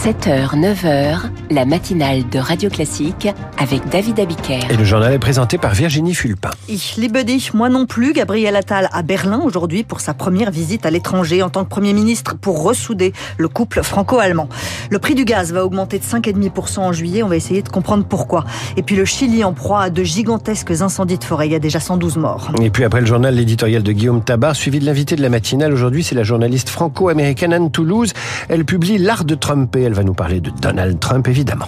7h, 9h, la matinale de Radio Classique avec David Abiker. Et le journal est présenté par Virginie Fulpin. Ich liebe dich, moi non plus. Gabriel Attal à Berlin aujourd'hui pour sa première visite à l'étranger en tant que Premier ministre pour ressouder le couple franco-allemand. Le prix du gaz va augmenter de 5,5% en juillet. On va essayer de comprendre pourquoi. Et puis le Chili en proie à de gigantesques incendies de forêt. Il y a déjà 112 morts. Et puis après le journal, l'éditorial de Guillaume Tabar, suivi de l'invité de la matinale. Aujourd'hui, c'est la journaliste franco-américaine Anne Toulouse. Elle publie L'art de Trumper. Elle va nous parler de Donald Trump, évidemment.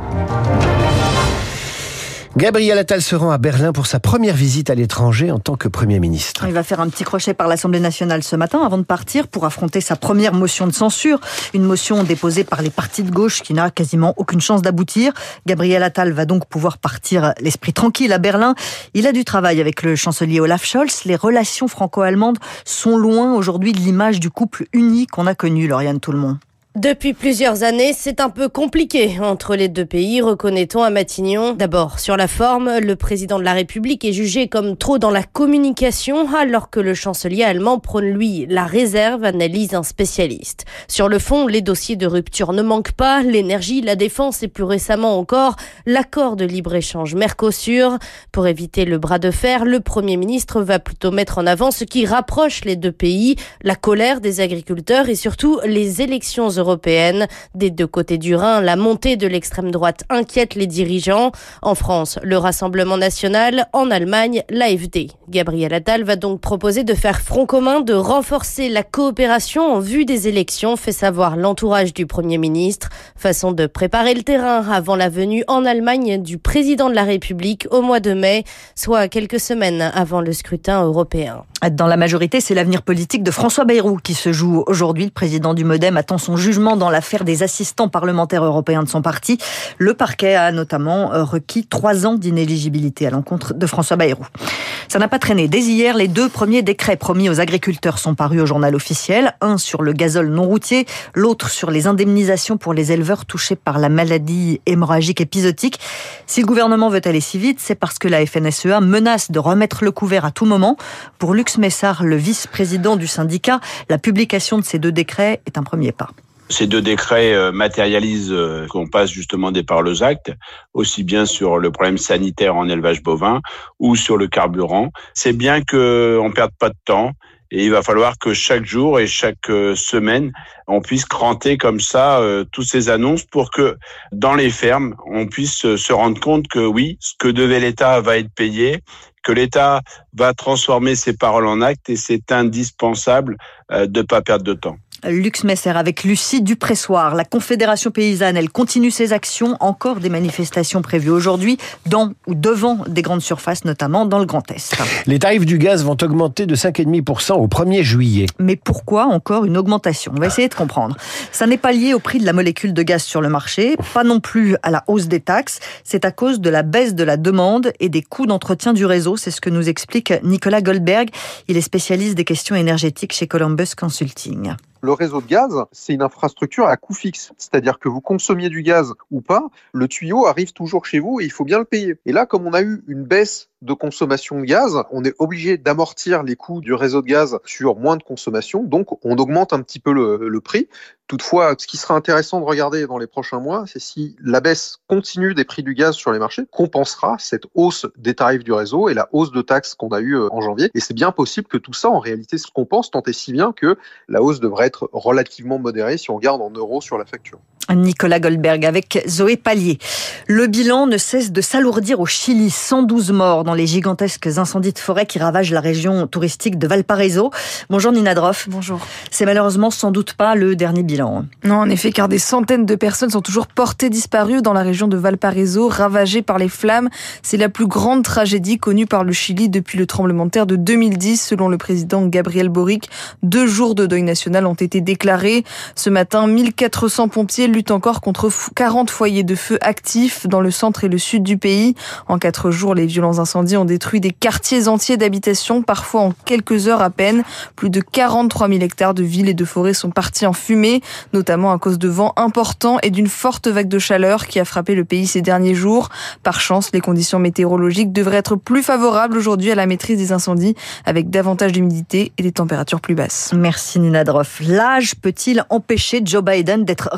Gabriel Attal se rend à Berlin pour sa première visite à l'étranger en tant que Premier ministre. Il va faire un petit crochet par l'Assemblée nationale ce matin avant de partir pour affronter sa première motion de censure. Une motion déposée par les partis de gauche qui n'a quasiment aucune chance d'aboutir. Gabriel Attal va donc pouvoir partir l'esprit tranquille à Berlin. Il a du travail avec le chancelier Olaf Scholz. Les relations franco-allemandes sont loin aujourd'hui de l'image du couple uni qu'on a connu, Lauriane Tout-le-Monde. Depuis plusieurs années, c'est un peu compliqué entre les deux pays, reconnaît-on à Matignon. D'abord, sur la forme, le président de la République est jugé comme trop dans la communication, alors que le chancelier allemand prône, lui, la réserve, analyse un spécialiste. Sur le fond, les dossiers de rupture ne manquent pas, l'énergie, la défense et plus récemment encore, l'accord de libre-échange Mercosur. Pour éviter le bras de fer, le Premier ministre va plutôt mettre en avant ce qui rapproche les deux pays, la colère des agriculteurs et surtout les élections européenne. Des deux côtés du Rhin, la montée de l'extrême droite inquiète les dirigeants. En France, le Rassemblement national. En Allemagne, l'AfD. Gabriel Attal va donc proposer de faire front commun, de renforcer la coopération en vue des élections, fait savoir l'entourage du Premier ministre. Façon de préparer le terrain avant la venue en Allemagne du président de la République au mois de mai, soit quelques semaines avant le scrutin européen. Dans la majorité, c'est l'avenir politique de François Bayrou qui se joue aujourd'hui. Le président du Modem attend son jugement dans l'affaire des assistants parlementaires européens de son parti. Le parquet a notamment requis 3 ans d'inéligibilité à l'encontre de François Bayrou. Ça n'a pas traîné. Dès hier, les 2 premiers décrets promis aux agriculteurs sont parus au journal officiel. Un sur le gazole non routier, l'autre sur les indemnisations pour les éleveurs touchés par la maladie hémorragique épisodique. Si le gouvernement veut aller si vite, c'est parce que la FNSEA menace de remettre le couvert à tout moment. Pour Lux Messard, le vice-président du syndicat, la publication de ces 2 décrets est un premier pas. Ces 2 décrets matérialisent qu'on passe justement des paroles aux actes, aussi bien sur le problème sanitaire en élevage bovin ou sur le carburant. C'est bien qu'on ne perde pas de temps et il va falloir que chaque jour et chaque semaine, on puisse cranter comme ça toutes ces annonces pour que dans les fermes, on puisse se rendre compte que oui, ce que devait l'État va être payé, que l'État va transformer ses paroles en actes et c'est indispensable de ne pas perdre de temps. Lux Messer avec Lucie Dupressoir. La Confédération paysanne, elle continue ses actions. Encore des manifestations prévues aujourd'hui dans ou devant des grandes surfaces, notamment dans le Grand Est. Les tarifs du gaz vont augmenter de 5,5% au 1er juillet. Mais pourquoi encore une augmentation ? On va essayer de comprendre. Ça n'est pas lié au prix de la molécule de gaz sur le marché, pas non plus à la hausse des taxes. C'est à cause de la baisse de la demande et des coûts d'entretien du réseau. C'est ce que nous explique Nicolas Goldberg. Il est spécialiste des questions énergétiques chez Columbus Consulting. Le réseau de gaz, c'est une infrastructure à coût fixe. C'est-à-dire que vous consommiez du gaz ou pas, le tuyau arrive toujours chez vous et il faut bien le payer. Et là, comme on a eu une baisse de consommation de gaz, on est obligé d'amortir les coûts du réseau de gaz sur moins de consommation, donc on augmente un petit peu le prix. Toutefois, ce qui sera intéressant de regarder dans les prochains mois, c'est si la baisse continue des prix du gaz sur les marchés compensera cette hausse des tarifs du réseau et la hausse de taxes qu'on a eue en janvier. Et c'est bien possible que tout ça, en réalité, se compense, tant et si bien que la hausse devrait être relativement modérée si on regarde en euros sur la facture. Nicolas Goldberg avec Zoé Pallier. Le bilan ne cesse de s'alourdir au Chili. 112 morts dans les gigantesques incendies de forêt qui ravagent la région touristique de Valparaiso. Bonjour Nina Droff. Bonjour. C'est malheureusement sans doute pas le dernier bilan. Non, en effet, car des centaines de personnes sont toujours portées disparues dans la région de Valparaiso, ravagée par les flammes. C'est la plus grande tragédie connue par le Chili depuis le tremblement de terre de 2010, selon le président Gabriel Boric. 2 jours de deuil national ont été déclarés. Ce matin, 1400 pompiers luttent encore contre 40 foyers de feu actifs dans le centre et le sud du pays. En 4 jours, les violents incendies ont détruit des quartiers entiers d'habitation, parfois en quelques heures à peine. Plus de 43 000 hectares de villes et de forêts sont partis en fumée, notamment à cause de vents importants et d'une forte vague de chaleur qui a frappé le pays ces derniers jours. Par chance, les conditions météorologiques devraient être plus favorables aujourd'hui à la maîtrise des incendies, avec davantage d'humidité et des températures plus basses. Merci Nina Droff. L'âge peut-il empêcher Joe Biden d'être réélu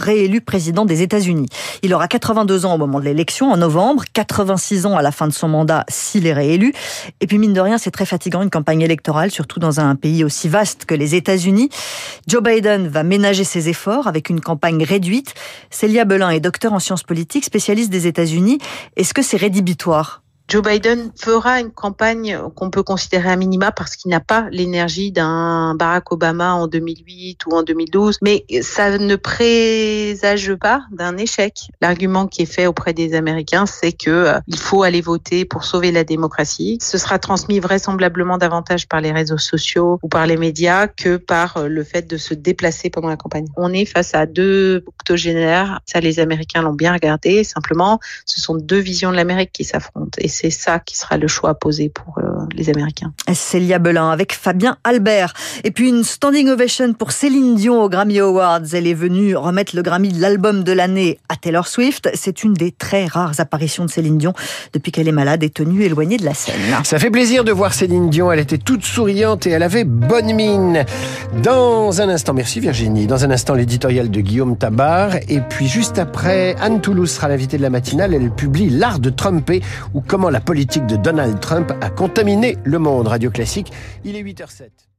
président des États-Unis. Il aura 82 ans au moment de l'élection, en novembre, 86 ans à la fin de son mandat s'il est réélu. Et puis mine de rien, c'est très fatigant une campagne électorale, surtout dans un pays aussi vaste que les États-Unis. Joe Biden va ménager ses efforts avec une campagne réduite. Célia Belin est docteur en sciences politiques, spécialiste des États-Unis. Est-ce que c'est rédhibitoire ? Joe Biden fera une campagne qu'on peut considérer à minima parce qu'il n'a pas l'énergie d'un Barack Obama en 2008 ou en 2012, mais ça ne présage pas d'un échec. L'argument qui est fait auprès des Américains, c'est que il faut aller voter pour sauver la démocratie. Ce sera transmis vraisemblablement davantage par les réseaux sociaux ou par les médias que par le fait de se déplacer pendant la campagne. On est face à deux octogénaires, ça les Américains l'ont bien regardé, simplement ce sont deux visions de l'Amérique qui s'affrontent. Et c'est ça qui sera le choix à poser pour les Américains. Célia Belin avec Fabien Albert. Et puis une standing ovation pour Céline Dion aux Grammy Awards. Elle est venue remettre le Grammy de l'album de l'année à Taylor Swift. C'est une des très rares apparitions de Céline Dion depuis qu'elle est malade et tenue éloignée de la scène. Ça fait plaisir de voir Céline Dion. Elle était toute souriante et elle avait bonne mine. Dans un instant, merci Virginie. Dans un instant, l'éditorial de Guillaume Tabar. Et puis juste après, Anne Toulouse sera l'invitée de la matinale. Elle publie L'art de Trumper ou comment la politique de Donald Trump a contaminé le monde. Radio Classique, il est 8h07.